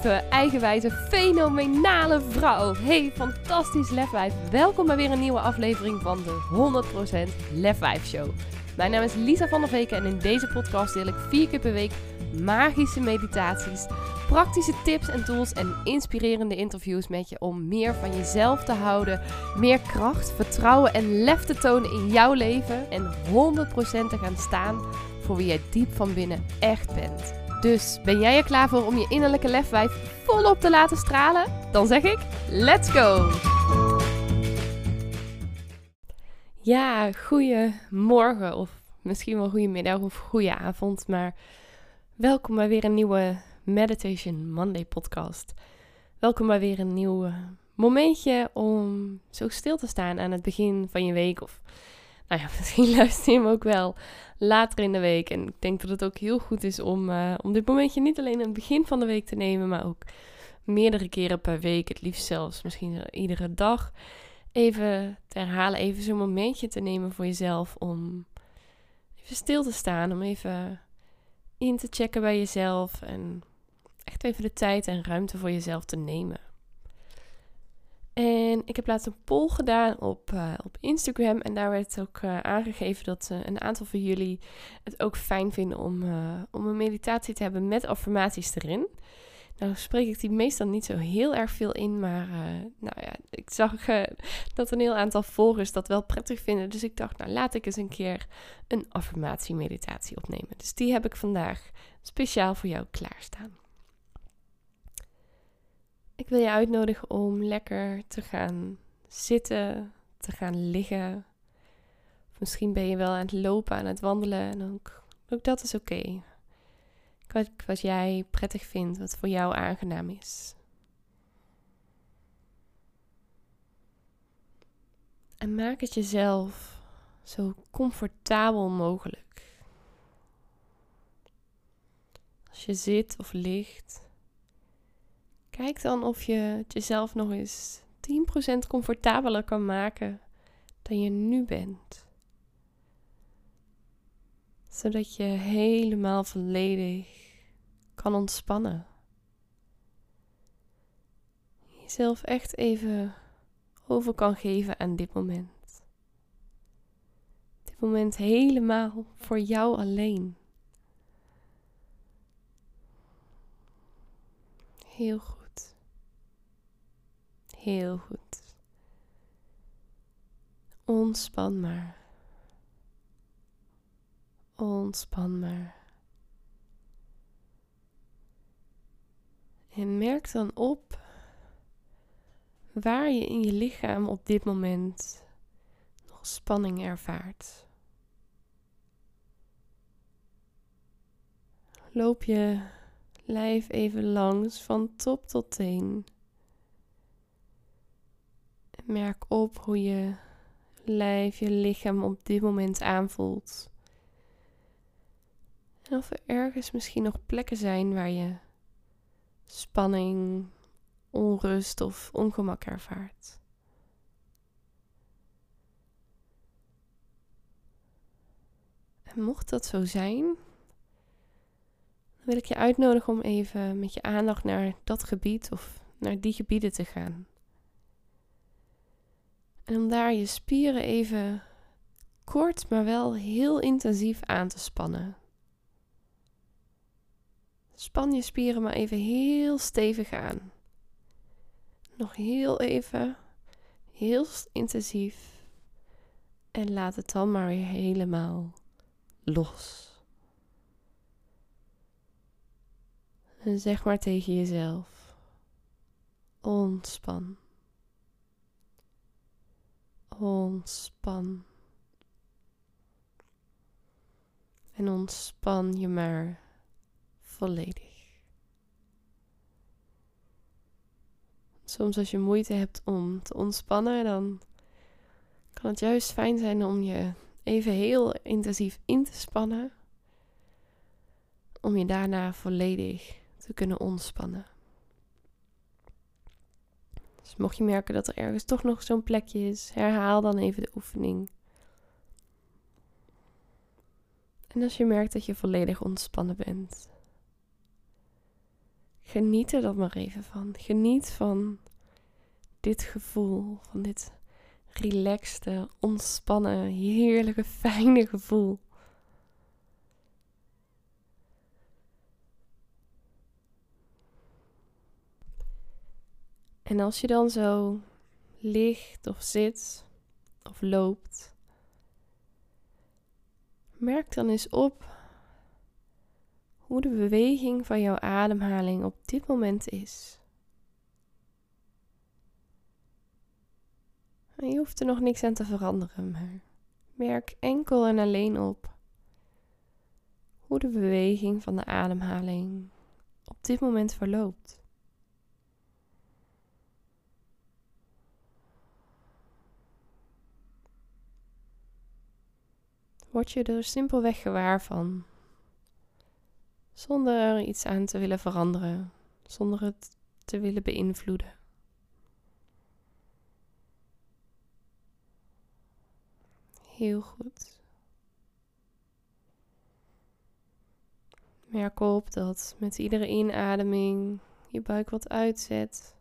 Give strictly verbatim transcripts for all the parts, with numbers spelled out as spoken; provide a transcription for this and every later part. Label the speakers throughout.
Speaker 1: positieve, eigenwijze, fenomenale vrouw. Hey, fantastisch lefwijf. Welkom bij weer een nieuwe aflevering van de honderd procent Lefwijf Show. Mijn naam is Lisa van der Veken en in deze podcast deel ik vier keer per week magische meditaties, praktische tips en tools en inspirerende interviews met je om meer van jezelf te houden, meer kracht, vertrouwen en lef te tonen in jouw leven en honderd procent te gaan staan voor wie jij diep van binnen echt bent. Dus ben jij er klaar voor om je innerlijke lefwijf volop te laten stralen? Dan zeg ik, let's go! Ja, goeiemorgen of misschien wel goeiemiddag of goeie avond, maar welkom bij weer een nieuwe Meditation Monday podcast. Welkom bij weer een nieuw momentje om zo stil te staan aan het begin van je week. Of nou ja, misschien luister je hem ook wel later in de week. En ik denk dat het ook heel goed is om, uh, om dit momentje niet alleen aan het begin van de week te nemen, maar ook meerdere keren per week. Het liefst zelfs misschien iedere dag. Even te herhalen, even zo'n momentje te nemen voor jezelf om even stil te staan. Om even in te checken bij jezelf en echt even de tijd en ruimte voor jezelf te nemen. En ik heb laatst een poll gedaan op, uh, op Instagram en daar werd ook uh, aangegeven dat uh, een aantal van jullie het ook fijn vinden om, uh, om een meditatie te hebben met affirmaties erin. Nou spreek ik die meestal niet zo heel erg veel in, maar uh, nou ja, ik zag uh, dat een heel aantal volgers dat wel prettig vinden. Dus ik dacht, nou laat ik eens een keer een affirmatie-meditatie opnemen. Dus die heb ik vandaag speciaal voor jou klaarstaan. Ik wil je uitnodigen om lekker te gaan zitten, te gaan liggen. Of misschien ben je wel aan het lopen, aan het wandelen. En ook, ook dat is oké. Okay. Wat, wat jij prettig vindt, wat voor jou aangenaam is. En maak het jezelf zo comfortabel mogelijk. Als je zit of ligt, kijk dan of je het jezelf nog eens tien procent comfortabeler kan maken dan je nu bent. Zodat je helemaal volledig kan ontspannen. Jezelf echt even over kan geven aan dit moment. Dit moment helemaal voor jou alleen. Heel goed. Heel goed. Ontspan maar. Ontspan maar. En merk dan op waar je in je lichaam op dit moment nog spanning ervaart. Loop je lijf even langs van top tot teen. En merk op hoe je lijf, je lichaam op dit moment aanvoelt. En of er ergens misschien nog plekken zijn waar je spanning, onrust of ongemak ervaart. En mocht dat zo zijn, dan wil ik je uitnodigen om even met je aandacht naar dat gebied of naar die gebieden te gaan. En om daar je spieren even kort, maar wel heel intensief aan te spannen. Span je spieren maar even heel stevig aan. Nog heel even, heel intensief. En laat het dan maar weer helemaal los. En zeg maar tegen jezelf: ontspan. Ontspan. En ontspan je maar volledig. Soms als je moeite hebt om te ontspannen, dan kan het juist fijn zijn om je even heel intensief in te spannen. Om je daarna volledig te kunnen ontspannen. Dus mocht je merken dat er ergens toch nog zo'n plekje is, herhaal dan even de oefening. En als je merkt dat je volledig ontspannen bent, Geniet er dan maar even van. Geniet van dit gevoel, van dit relaxte, ontspannen, heerlijke, fijne gevoel. En als je dan zo ligt of zit of loopt, merk dan eens op hoe de beweging van jouw ademhaling op dit moment is. En je hoeft er nog niks aan te veranderen, maar merk enkel en alleen op hoe de beweging van de ademhaling op dit moment verloopt. Word je er simpelweg gewaar van, zonder er iets aan te willen veranderen, zonder het te willen beïnvloeden. Heel goed. Merk op dat met iedere inademing je buik wat uitzet.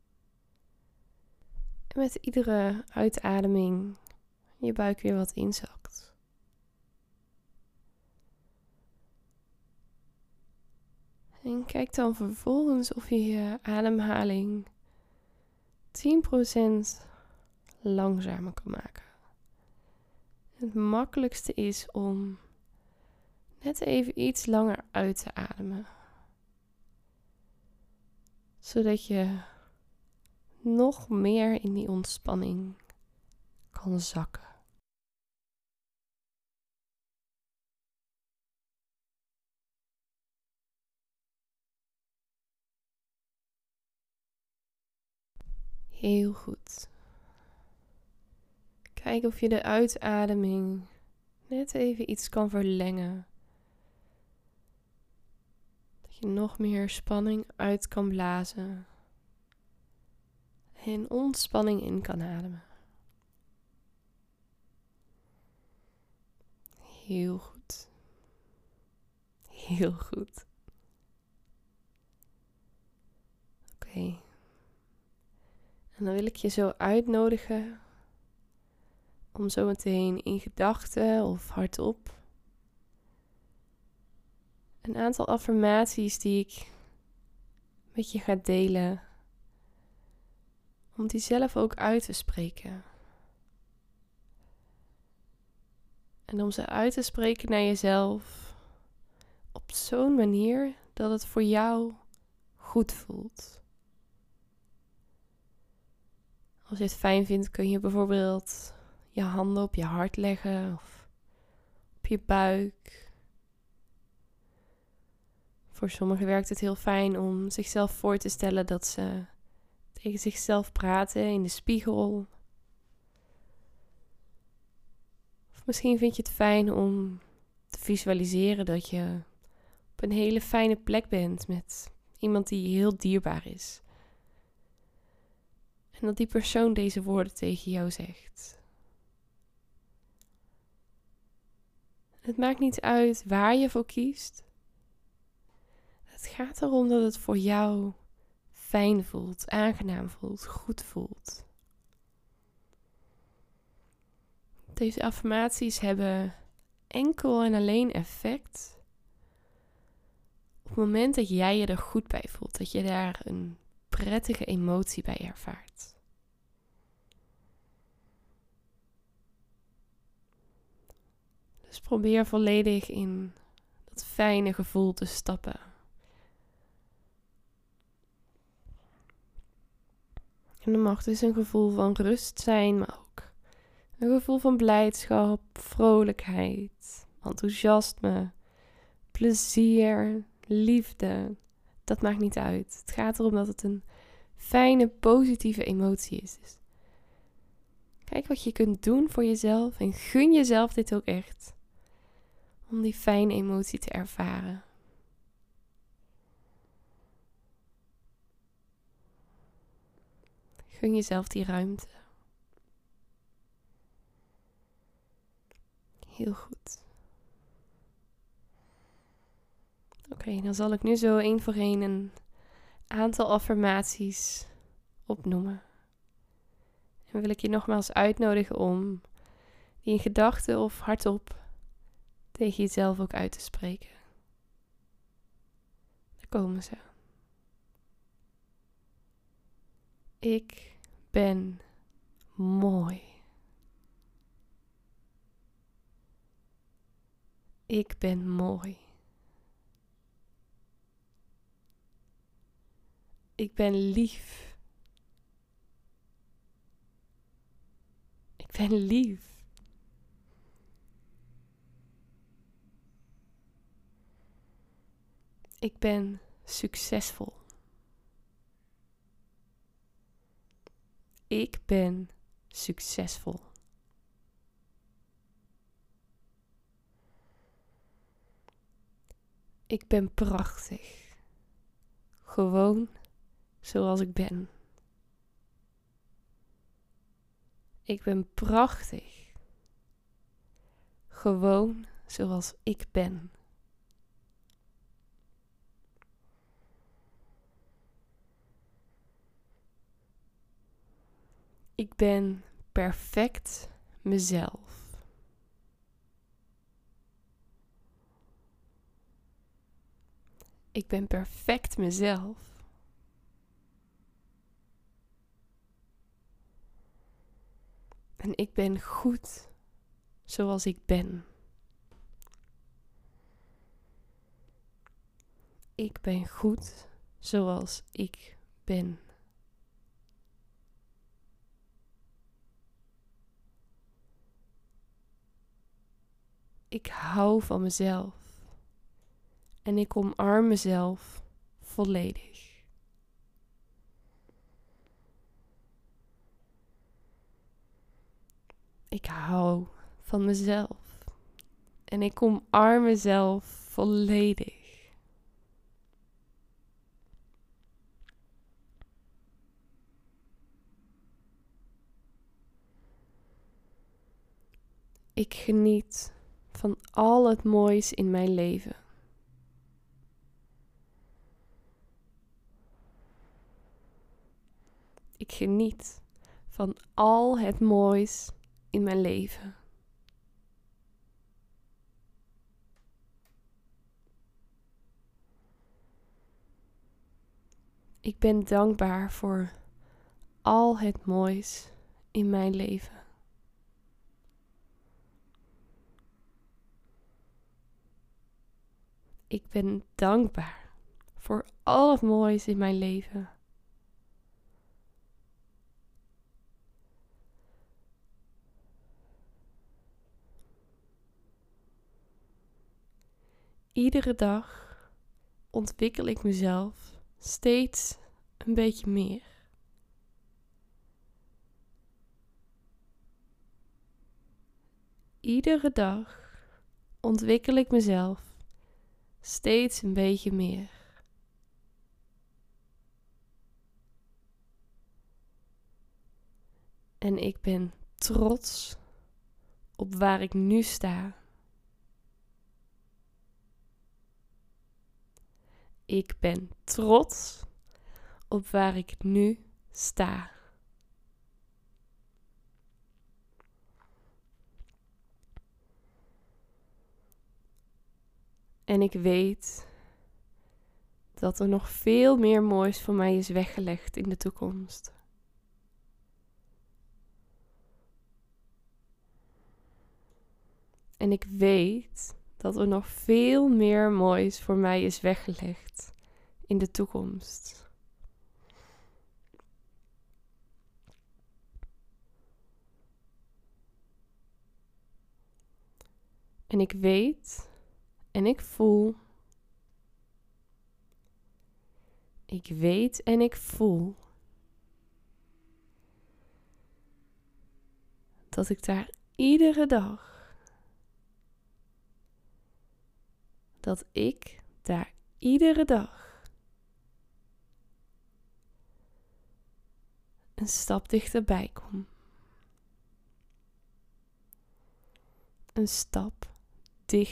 Speaker 1: En met iedere uitademing je buik weer wat inzakt. En kijk dan vervolgens of je je ademhaling tien procent langzamer kan maken. Het makkelijkste is om net even iets langer uit te ademen. Zodat je nog meer in die ontspanning kan zakken. Heel goed. Kijk of je de uitademing net even iets kan verlengen. Dat je nog meer spanning uit kan blazen. En ontspanning in kan ademen. Heel goed. Heel goed. Oké. Okay. En dan wil ik je zo uitnodigen om zo meteen in gedachten of hardop een aantal affirmaties die ik met je ga delen, om die zelf ook uit te spreken. En om ze uit te spreken naar jezelf op zo'n manier dat het voor jou goed voelt. Als je het fijn vindt, kun je bijvoorbeeld je handen op je hart leggen of op je buik. Voor sommigen werkt het heel fijn om zichzelf voor te stellen dat ze tegen zichzelf praten in de spiegel. Of misschien vind je het fijn om te visualiseren dat je op een hele fijne plek bent met iemand die heel dierbaar is. En dat die persoon deze woorden tegen jou zegt. Het maakt niet uit waar je voor kiest. Het gaat erom dat het voor jou fijn voelt, aangenaam voelt, goed voelt. Deze affirmaties hebben enkel en alleen effect op het moment dat jij je er goed bij voelt. Dat je daar een prettige emotie bij ervaart. Dus probeer volledig in dat fijne gevoel te stappen. En er mag dus een gevoel van rust zijn, maar ook een gevoel van blijdschap, vrolijkheid, enthousiasme, plezier, liefde. Dat maakt niet uit. Het gaat erom dat het een fijne, positieve emotie is. Dus kijk wat je kunt doen voor jezelf en gun jezelf dit ook echt. Om die fijne emotie te ervaren. Gun jezelf die ruimte. Heel goed. Oké, okay, dan zal ik nu zo één voor één een aantal affirmaties opnoemen. En wil ik je nogmaals uitnodigen om die in gedachten of hardop tegen jezelf ook uit te spreken. Daar komen ze. Ik ben mooi. Ik ben mooi. Ik ben lief. Ik ben lief. Ik ben succesvol. Ik ben succesvol. Ik ben prachtig. Gewoon zoals ik ben. Ik ben prachtig. Gewoon zoals ik ben. Ik ben perfect mezelf. Ik ben perfect mezelf. En ik ben goed zoals ik ben. Ik ben goed zoals ik ben. Ik hou van mezelf. En ik omarm mezelf volledig. Ik hou van mezelf. En ik omarm mezelf volledig. Ik geniet van al het moois in mijn leven. Ik geniet van al het moois in mijn leven. Ik ben dankbaar voor al het moois in mijn leven. Ik ben dankbaar voor al het moois in mijn leven. Iedere dag ontwikkel ik mezelf steeds een beetje meer. Iedere dag ontwikkel ik mezelf steeds een beetje meer. En ik ben trots op waar ik nu sta. Ik ben trots op waar ik nu sta. En ik weet dat er nog veel meer moois voor mij is weggelegd in de toekomst. En ik weet dat er nog veel meer moois voor mij is weggelegd in de toekomst. En ik weet en ik voel. Ik weet en ik voel dat ik daar iedere dag, dat ik daar iedere dag een stap dichterbij kom. Een stap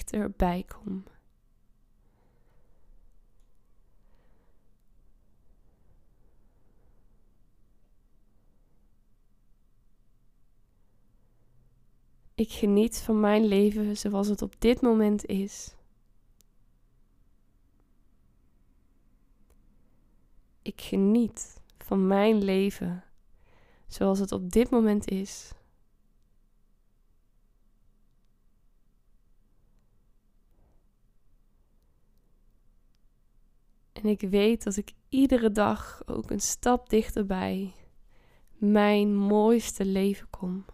Speaker 1: dichterbij kom. Ik geniet van mijn leven zoals het op dit moment is. Ik geniet van mijn leven zoals het op dit moment is. En ik weet dat ik iedere dag ook een stap dichterbij mijn mooiste leven kom.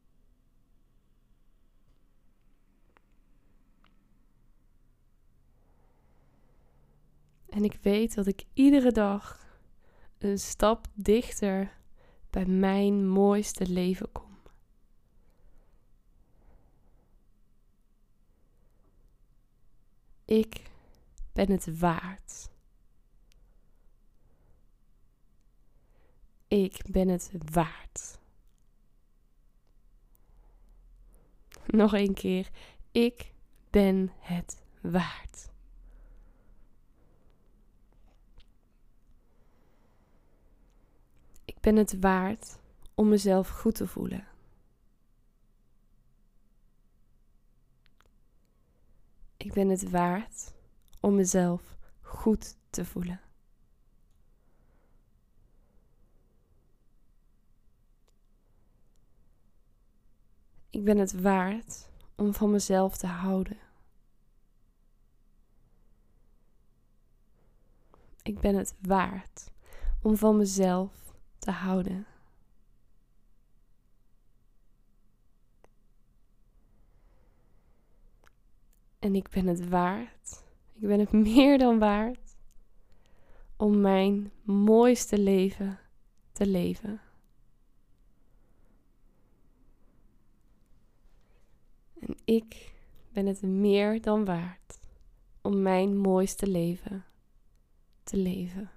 Speaker 1: En ik weet dat ik iedere dag een stap dichter bij mijn mooiste leven kom. Ik ben het waard. Ik ben het waard. Nog een keer. Ik ben het waard. Ik ben het waard om mezelf goed te voelen. Ik ben het waard om mezelf goed te voelen. Ik ben het waard om van mezelf te houden. Ik ben het waard om van mezelf te houden. En ik ben het waard, ik ben het meer dan waard, om mijn mooiste leven te leven. En ik ben het meer dan waard om mijn mooiste leven te leven.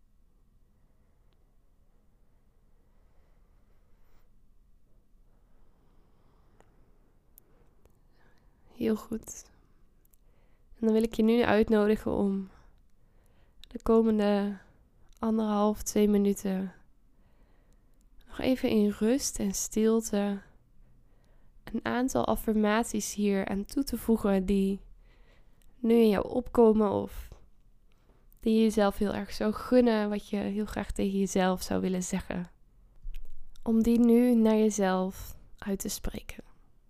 Speaker 1: Heel goed. En dan wil ik je nu uitnodigen om de komende anderhalf, twee minuten nog even in rust en stilte een aantal affirmaties hier aan toe te voegen die nu in jou opkomen of die je jezelf heel erg zou gunnen, wat je heel graag tegen jezelf zou willen zeggen. Om die nu naar jezelf uit te spreken.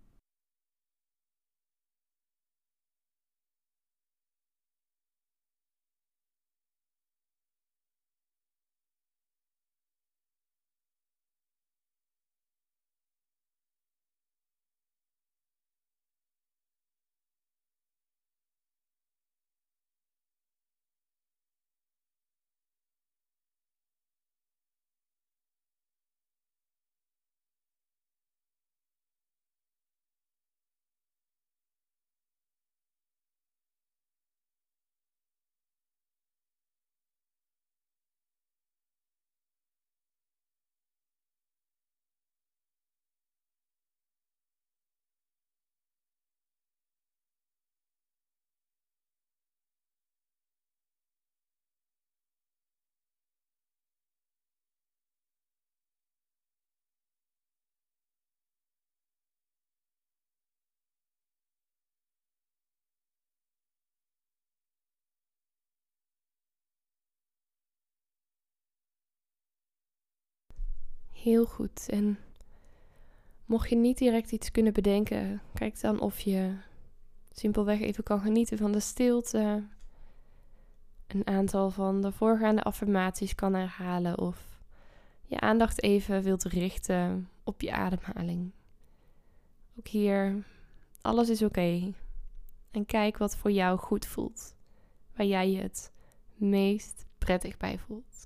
Speaker 1: Heel goed. En mocht je niet direct iets kunnen bedenken, kijk dan of je simpelweg even kan genieten van de stilte. Een aantal van de voorgaande affirmaties kan herhalen of je aandacht even wilt richten op je ademhaling. Ook hier, alles is oké. En kijk wat voor jou goed voelt. Waar jij je het meest prettig bij voelt.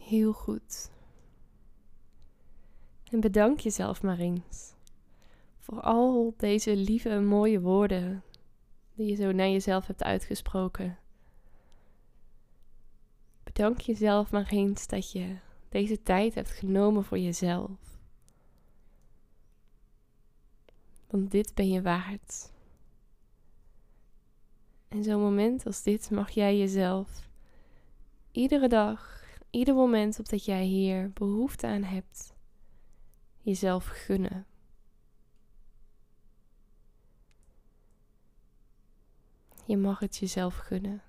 Speaker 1: Heel goed. En bedank jezelf maar eens voor al deze lieve, mooie woorden die je zo naar jezelf hebt uitgesproken. Bedank jezelf maar eens dat je deze tijd hebt genomen voor jezelf. Want dit ben je waard. En zo'n moment als dit mag jij jezelf iedere dag, ieder moment op dat jij hier behoefte aan hebt, jezelf gunnen. Je mag het jezelf gunnen.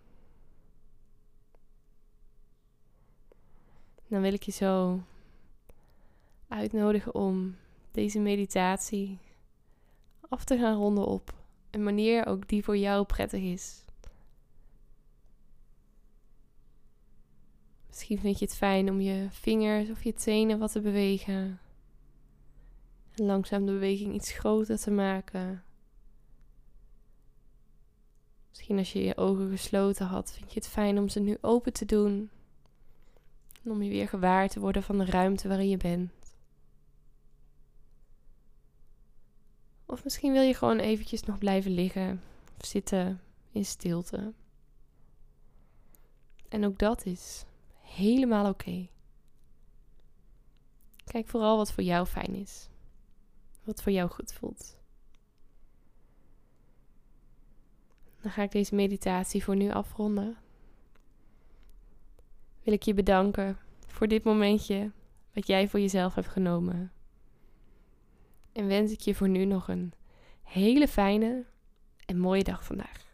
Speaker 1: Dan wil ik je zo uitnodigen om deze meditatie af te gaan ronden op een manier ook die voor jou prettig is. Misschien vind je het fijn om je vingers of je tenen wat te bewegen. En langzaam de beweging iets groter te maken. Misschien als je je ogen gesloten had, vind je het fijn om ze nu open te doen. En om je weer gewaar te worden van de ruimte waarin je bent. Of misschien wil je gewoon eventjes nog blijven liggen of zitten in stilte. En ook dat is helemaal oké. Okay. Kijk vooral wat voor jou fijn is. Wat voor jou goed voelt. Dan ga ik deze meditatie voor nu afronden. Wil ik je bedanken voor dit momentje wat jij voor jezelf hebt genomen. En wens ik je voor nu nog een hele fijne en mooie dag vandaag.